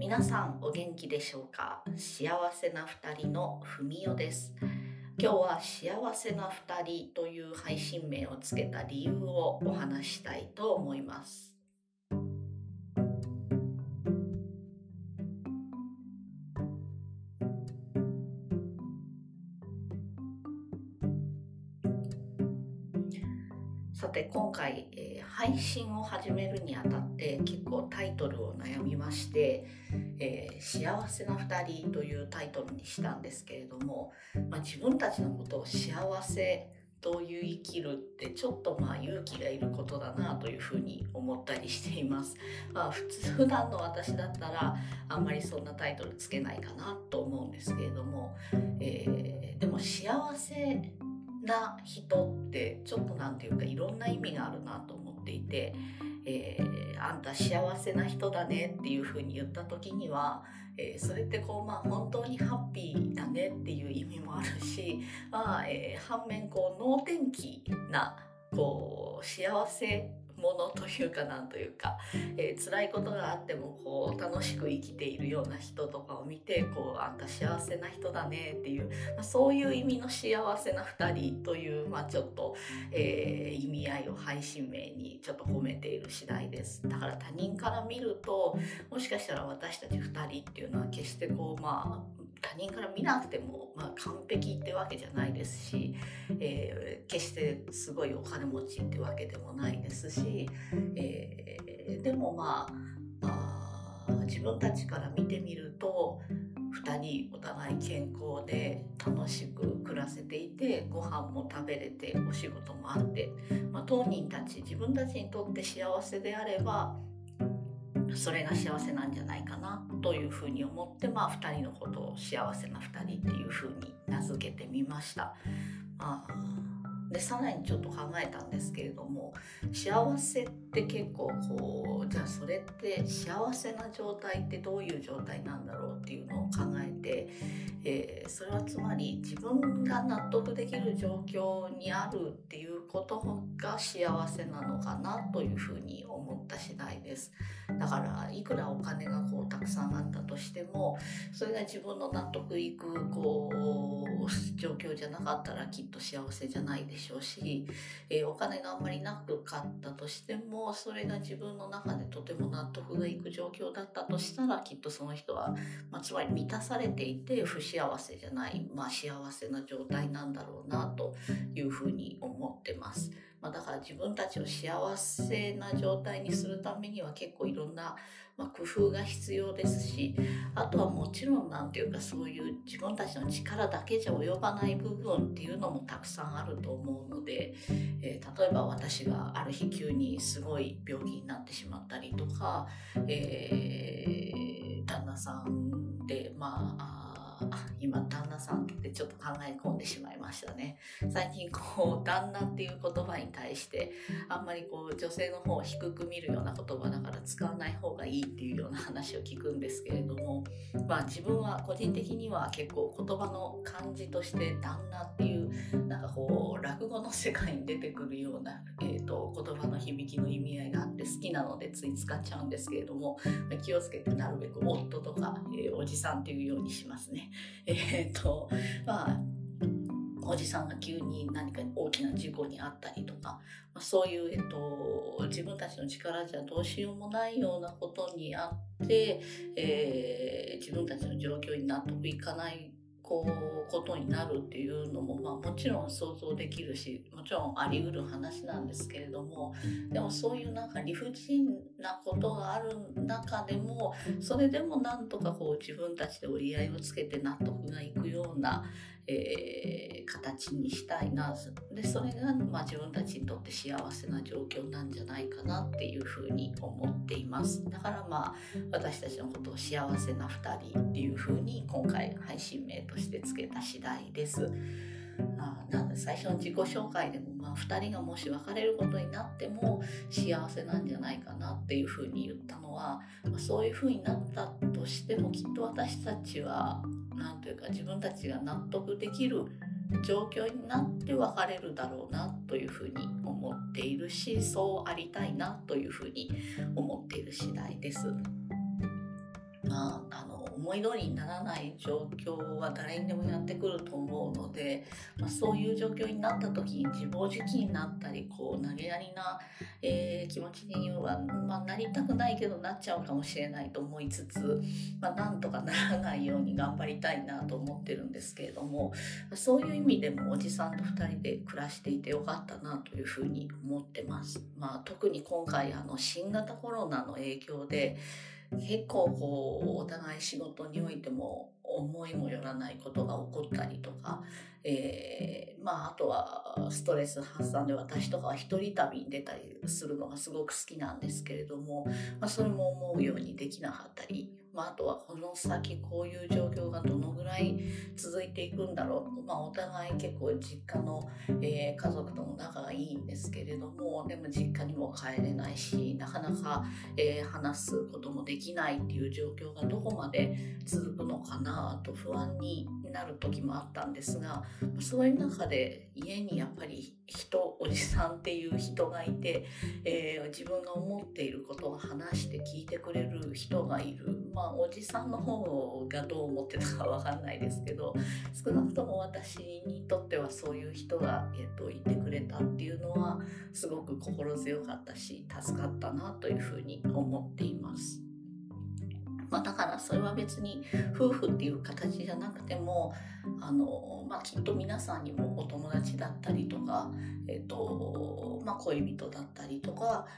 皆さんお元気でしょうか？幸せな二人のふみよです。今日は幸せな二人という配信名をつけた理由をお話ししたいと思います。さて今回、配信を始めるにあたって結構タイトルを悩みまして、幸せな二人というタイトルにしたんですけれども、自分たちのことを幸せという生きるってちょっと勇気がいることだなというふうに思ったりしています。普段の私だったらあんまりそんなタイトルつけないかなと思うんですけれども、でも幸せな人ってちょっとなんていうかいろんな意味があるなと思っていて、あんた幸せな人だねっていうふうに言った時には、それって本当にハッピーだねっていう意味もあるし、反面能天気な幸せものというかなんというか、辛いことがあっても楽しく生きているような人とかを見てあんた幸せな人だねっていう、そういう意味の幸せな二人という、ちょっと、意味合いを配信名にちょっと込めている次第です。だから他人から見るともしかしたら私たち二人っていうのは決して他人から見なくても、完璧ってわけじゃないですし、決してすごいお金持ちってわけでもないですし、でも自分たちから見てみると2人お互い健康で楽しく暮らせていて、ご飯も食べれてお仕事もあって、当人たち自分たちにとって幸せであればそれが幸せなんじゃないかなというふうに思って、2人のことを幸せな2人っていうふうに名付けてみました。でさらにちょっと考えたんですけれども、幸せって結構じゃあそれって幸せな状態ってどういう状態なんだろうっていうのを考えて、それはつまり自分が納得できる状況にあるっていうことが幸せなのかなというふうに思った次第です。だからいくらお金がたくさんあったとしても、それが自分の納得いく状況じゃなかったらきっと幸せじゃないでしょうし、お金があんまりなくかったとしてもそれが自分の中でとても納得がいく状況だったとしたら、きっとその人は、つまり満たされていて不幸せじゃない、幸せな状態なんだろうなというふうに思ってます。だから自分たちを幸せな状態にするためには結構いろんな、工夫が必要ですし、あとはもちろんなんていうかそういう自分たちの力だけじゃ及ばない部分っていうのもたくさんあると思うので、例えば私がある日急にすごい病気になってしまったりとか、旦那さんで今旦那さんってちょっと考え込んでしまいましたね。最近旦那っていう言葉に対してあんまり女性の方を低く見るような言葉だから使わない方がいいっていうような話を聞くんですけれども、自分は個人的には結構言葉の漢字として旦那っていう落語の世界に出てくるような、言葉の響きの意味合いがあって好きなのでつい使っちゃうんですけれども、気をつけてなるべく夫とか、おじさんっていうようにしますね。おじさんが急に何か大きな事故にあったりとか、そういう、自分たちの力じゃどうしようもないようなことにあって、自分たちの状況に納得いかないことになるっていうのも、もちろん想像できるし、もちろんあり得る話なんですけれども、でもそういう理不尽なことがある中でも、それでもなんとか自分たちで折り合いをつけて納得がいくような、形にしたいな。でそれが、自分たちにとって幸せな状況なんじゃないかなっていうふうに思っています。だから私たちのことを幸せな2人っていうふうに今回配信名としてつけた次第です。なので最初の自己紹介でも、2人がもし別れることになっても幸せなんじゃないかなっていうふうに言ったのは、そういうふうになったとしてもきっと私たちはなんというか自分たちが納得できる状況になって別れるだろうなというふうに思っているし、そうありたいなというふうに思っている次第です。 思い通りにならない状況は誰にでもやってくると思うので、そういう状況になった時に自暴自棄になったり投げやりな、気持ちには、なりたくないけどなっちゃうかもしれないと思いつつ、なんとかならないように頑張りたいなと思ってるんですけれども、そういう意味でもおじさんと2人で暮らしていてよかったなというふうに思ってます。特に今回新型コロナの影響で結構お互い仕事においても思いもよらないことが起こったりとか、あとはストレス発散で私とかは一人旅に出たりするのがすごく好きなんですけれども、それも思うようにできなかったり、あとはこの先こういう状況がどのぐらい続いていくんだろうと、お互い結構実家の、家族とも仲がいいんですけれども、でも実家にも帰れないし、なかなか、話すこともできないっていう状況がどこまで続くのかなと不安になる時もあったんですが、そういう中で家にやっぱりおじさんっていう人がいて、自分が思っていることを話して聞いてくれる人がいる、おじさんの方がどう思ってたかわかんないですけど、少なくとも私にとってはそういう人が、いてくれたっていうのはすごく心強かったし助かったなというふうに思っています。だからそれは別に夫婦っていう形じゃなくてもきっと皆さんにもお友達だったりとか、恋人だったりとか、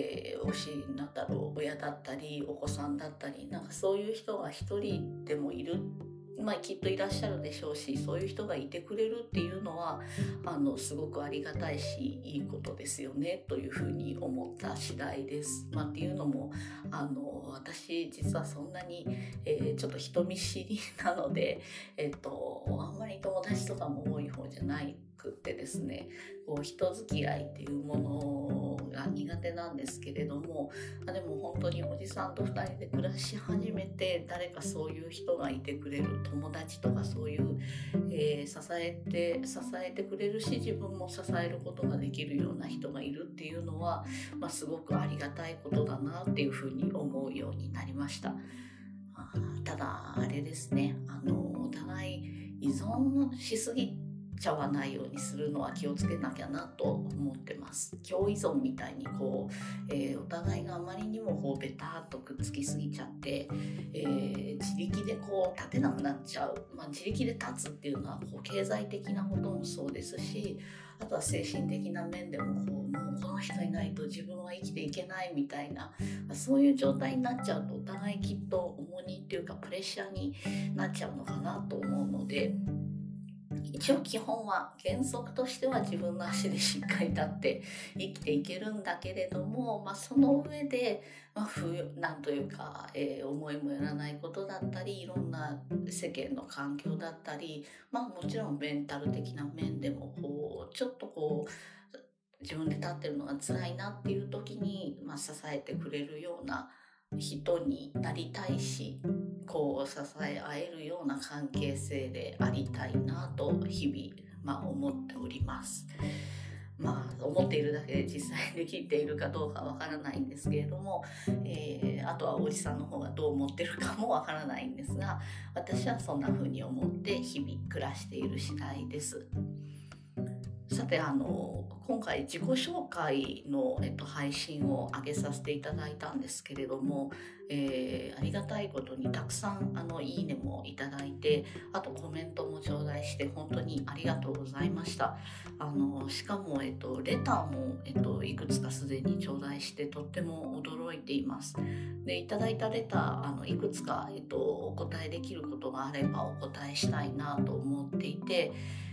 親だったりお子さんだったり、そういう人が一人でもいる、きっといらっしゃるでしょうし、そういう人がいてくれるっていうのはすごくありがたいしいいことですよねというふうに思った次第です。っていうのも私実はそんなに、ちょっと人見知りなので、あんまり友達とかも多い方じゃないくってですね、人付き合いっていうものが苦手なんですけれども、でも本当におじさんと2人で暮らし始めて、誰かそういう人がいてくれる友達とかそういう、支えてくれるし自分も支えることができるような人がいるっていうのは、すごくありがたいことだなっていうふうに思うようになりました。ただあれですね、お互い依存しすぎちゃわないようにするのは気をつけなきゃなと思ってます。共依存みたいにお互いがあまりにもベターっとくっつきすぎちゃって、自力で立てなくなっちゃう、自力で立つっていうのは経済的なこともそうですし、あとは精神的な面でももうこの人いないと自分は生きていけないみたいな、そういう状態になっちゃうとお互いきっと重荷っていうかプレッシャーになっちゃうのかなと思うので、一応基本は原則としては自分の足でしっかり立って生きていけるんだけれども、その上で、なんというか、思いもよらないことだったり、いろんな世間の環境だったり、もちろんメンタル的な面でもちょっと自分で立ってるのが辛いなっていう時に、支えてくれるような人になりたいし、支え合えるような関係性でありたいなと日々、思っております。思っているだけで実際できているかどうかわからないんですけれども、あとはおじさんの方がどう思ってるかもわからないんですが、私はそんな風に思って日々暮らしている次第です。さて今回自己紹介の、配信を上げさせていただいたんですけれども、ありがたいことにたくさんいいねもいただいて、あとコメントも頂戴して本当にありがとうございました。しかも、レターも、いくつかすでに頂戴してとっても驚いています。でいただいたレターいくつか、お答えできることがあればお答えしたいなと思っていて、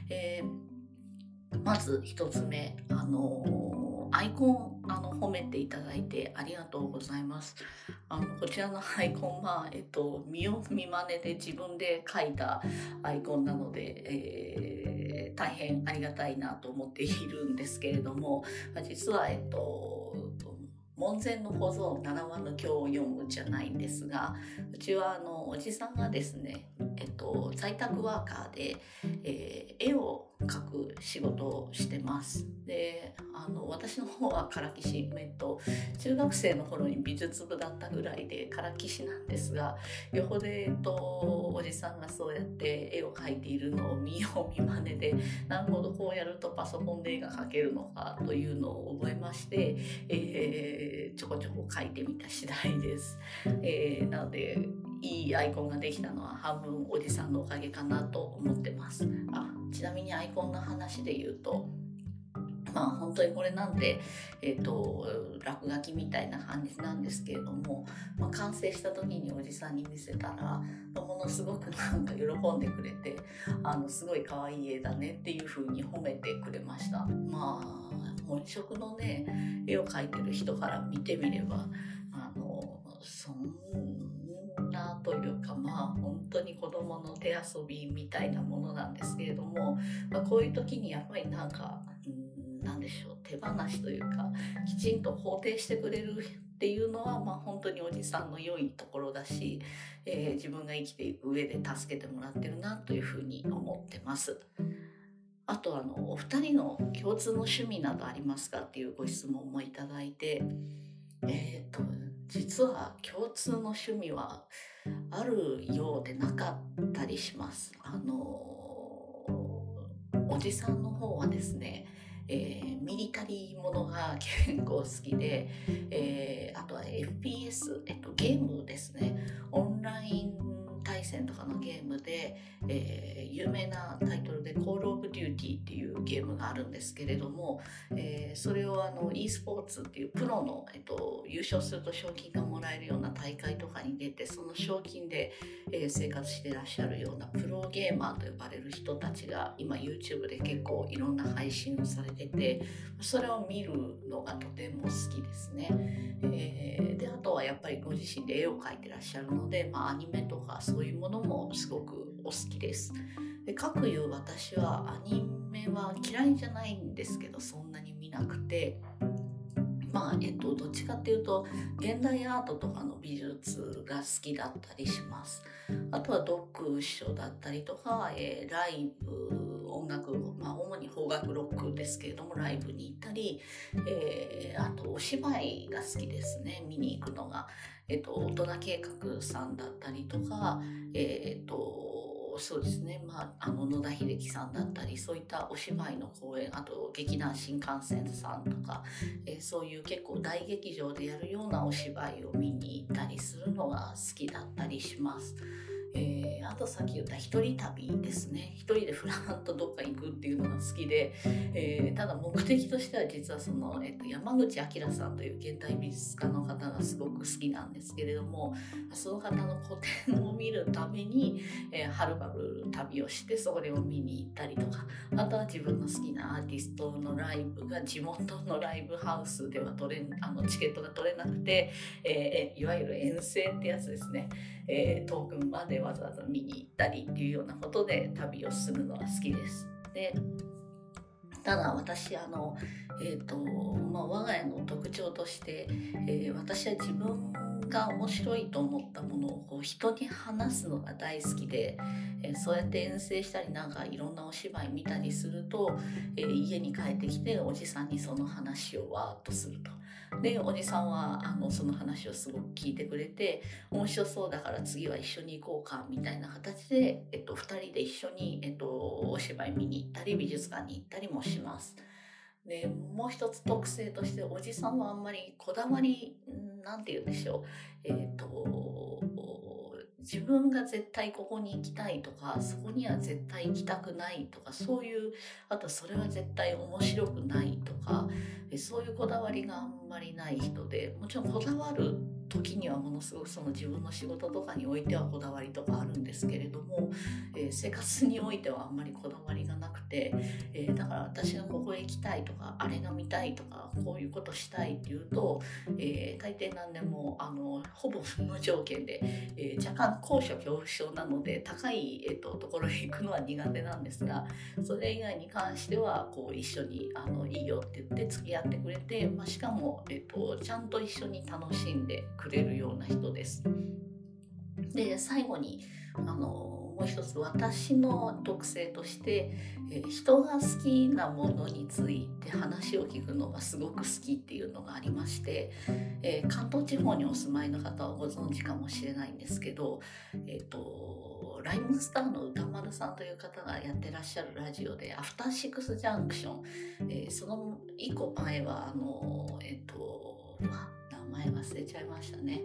まず一つ目、アイコン褒めていただいてありがとうございます。こちらのアイコンは、見よう見まねで自分で描いたアイコンなので、大変ありがたいなと思っているんですけれども、実は門前の小僧習わぬ経を読むじゃないんですが、うちはおじさんがですね、在宅ワーカーで、絵を書く仕事をしてます。で、私の方は唐岸中学生の頃に美術部だったぐらいで唐岸なんですが、横で、おじさんがそうやって絵を描いているのを見よう見まねで、なるほどこうやるとパソコンで絵が描けるのかというのを覚えまして、ちょこちょこ描いてみた次第です。なのでいいアイコンができたのは半分おじさんのおかげかなと思ってます。ちなみにアイコンの話で言うと、本当にこれなんで、落書きみたいな感じなんですけれども、完成した時におじさんに見せたら、ものすごくなんか喜んでくれて、すごい可愛い絵だねっていう風に褒めてくれました。本職のね、絵を描いてる人から見てみれば、そんなというか、本当に子供の手遊びみたいなものなんですけれども、こういう時にやっぱりなんか、なんでしょう、手放しというか、きちんと肯定してくれるっていうのは、本当におじさんの良いところだし、自分が生きていく上で助けてもらってるなというふうに思ってます。あとお二人の共通の趣味などありますかっていうご質問もいただいて、実は共通の趣味はあるようでなかったりします。おじさんの方はですね、ミリタリーものが結構好きで、あとは FPS、ゲームですね。オンライン対戦とかのゲームで、有名なタイトルで Call of Duty っていうゲームがあるんですけれども、それをe スポーツっていうプロの、優勝すると賞金がもらえるような大会とかに出て、その賞金で、生活していらっしゃるようなプロゲーマーと呼ばれる人たちが今 YouTube で結構いろんな配信をされてて、それを見るのがとても好きですね。で、あとはやっぱりご自身で絵を描いてらっしゃるので、アニメとかそういうものもすごくお好きです。で、かくいう私はアニメは嫌いじゃないんですけど、そんなに見なくて、どっちかっていうと現代アートとかの美術が好きだったりします。あとは読書だったりとか、ライブ、音楽、主に邦楽ロックですけれどもライブに行ったり、あとお芝居が好きですね、見に行くのが。大人計画さんだったりとか、そうですね、野田秀樹さんだったり、そういったお芝居の公演、あと劇団新幹線さんとか、そういう結構大劇場でやるようなお芝居を見に行ったりするのが好きだったりします。あとさっき言った一人旅ですね。一人でフラッとどっか行くっていうのが好きで、ただ目的としては実は山口晃さんという現代美術家の方がすごく好きなんですけれども、その方の個展を見るために、はるばる旅をしてそれを見に行ったりとか、あとは自分の好きなアーティストのライブが地元のライブハウスではチケットが取れなくて、いわゆる遠征ってやつですね。遠くまでわざわざ見に行ったりっていうようなことで旅をするのが好きです。で、ただ私我が家の特徴として、私は自分が面白いと思ったものを人に話すのが大好きで、そうやって遠征したりなんかいろんなお芝居見たりすると、家に帰ってきておじさんにその話をわーっとすると。で、おじさんはその話をすごく聞いてくれて、面白そうだから次は一緒に行こうかみたいな形で、2人で一緒に、お芝居見に行ったり美術館に行ったりもします。で、もう一つ特性としておじさんはあんまりこだわり、なんて言うんでしょう、自分が絶対ここに行きたいとか、そこには絶対行きたくないとか、そういう、あとそれは絶対面白くないとか、そういうこだわりがあんまりない人で、もちろんこだわる時にはものすごくその自分の仕事とかにおいてはこだわりとかあるんですけれども、生活においてはあんまりこだわりがなくて、だから私がここへ行きたいとか、あれが見たいとか、こういうことしたいっていうと、大抵何でもほぼ無条件で、若干高所恐怖症なので高い、ところへ行くのは苦手なんですが、それ以外に関しては一緒にいいよって言って付き合ってくれて、しかも、ちゃんと一緒に楽しんでくれるような人です。で、最後にもう一つ私の特性として、人が好きなものについて話を聞くのがすごく好きっていうのがありまして、関東地方にお住まいの方はご存知かもしれないんですけど、ライムスターの歌丸さんという方がやってらっしゃるラジオでアフターシックスジャンクション、その一個前は名前忘れちゃいましたね。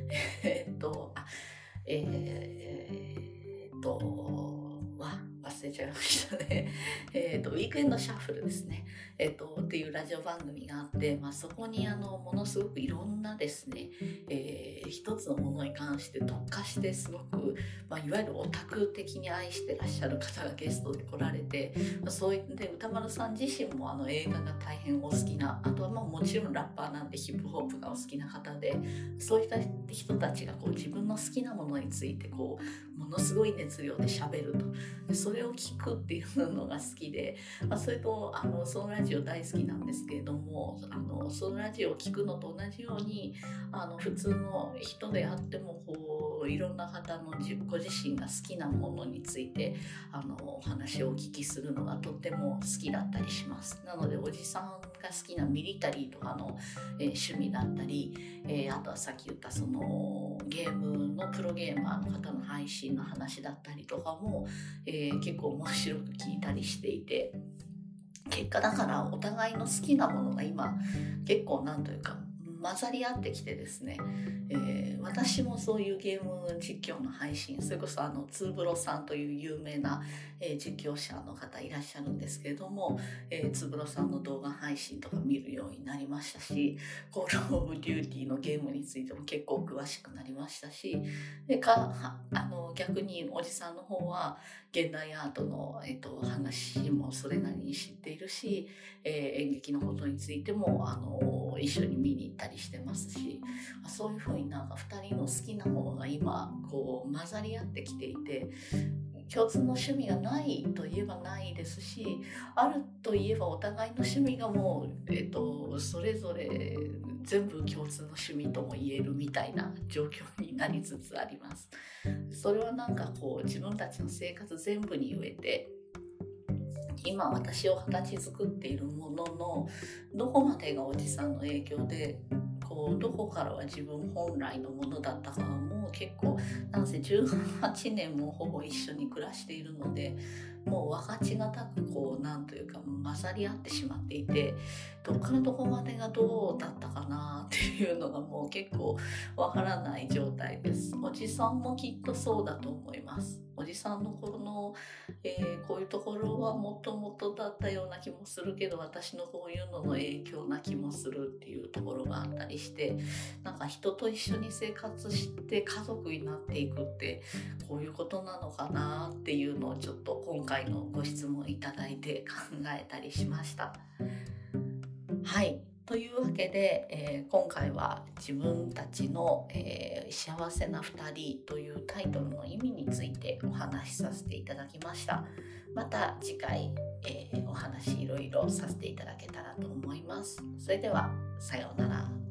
忘れちゃいましたね。ウィークエンドシャッフルですね。っていうラジオ番組があって、そこにものすごくいろんなですね、一つのものに関して特化してすごく、いわゆるオタク的に愛してらっしゃる方がゲストで来られて、そういって歌丸さん自身も映画が大変お好きな、あとはもちろんラッパーなんでヒップホップがお好きな方で、そういった人たちが自分の好きなものについてものすごい熱量で喋ると、それを聞くっていうのが好きで、それとそのラジオ大好きなんですけれども、そのラジオを聞くのと同じように普通の人であってもいろんな方のご自身が好きなものについてお話をお聞きするのがとっても好きだったりします。なのでおじさんが好きなミリタリーとかの、趣味だったり、あとはさっき言ったそのゲームのプロゲーマーの方の配信の話だったりとかも、結構面白く聞いたりしていて、結果だからお互いの好きなものが今結構なんというか混ざり合ってきてですね、私もそういうゲーム実況の配信、それこそツーブロさんという有名な、実況者の方いらっしゃるんですけれども、ツーブロさんの動画配信とか見るようになりましたし、コールオブデューティーのゲームについても結構詳しくなりましたし、逆におじさんの方は現代アートの、話もそれなりに知っているし、演劇のことについても一緒に見に行ったりしてますし、そういうふうになんか2人の好きなものが今混ざり合ってきていて、共通の趣味がないといえばないですし、あるといえばお互いの趣味がもう、それぞれ全部共通の趣味とも言えるみたいな状況になりつつあります。それはなんか自分たちの生活全部に言えて、今私を形作っているもののどこまでがおじさんの影響でどこからは自分本来のものだったかはもう結構なんせ18年もほぼ一緒に暮らしているので、もう分かちがたくなんというか混ざり合ってしまっていて、どっからどこまでがどうだったかなっていうのがもう結構わからない状態です。おじさんもきっとそうだと思います。おじさんの頃の、こういうところはもともとだったような気もするけど、私のこういうのの影響な気もするっていうところがあったりして、なんか人と一緒に生活して家族になっていくってこういうことなのかなっていうのをちょっと今回のご質問いただいて考えたりしました。はい。というわけで、今回は自分たちの、幸せな2人というタイトルの意味についてお話しさせていただきました。また次回、お話いろいろさせていただけたらと思います。それではさようなら。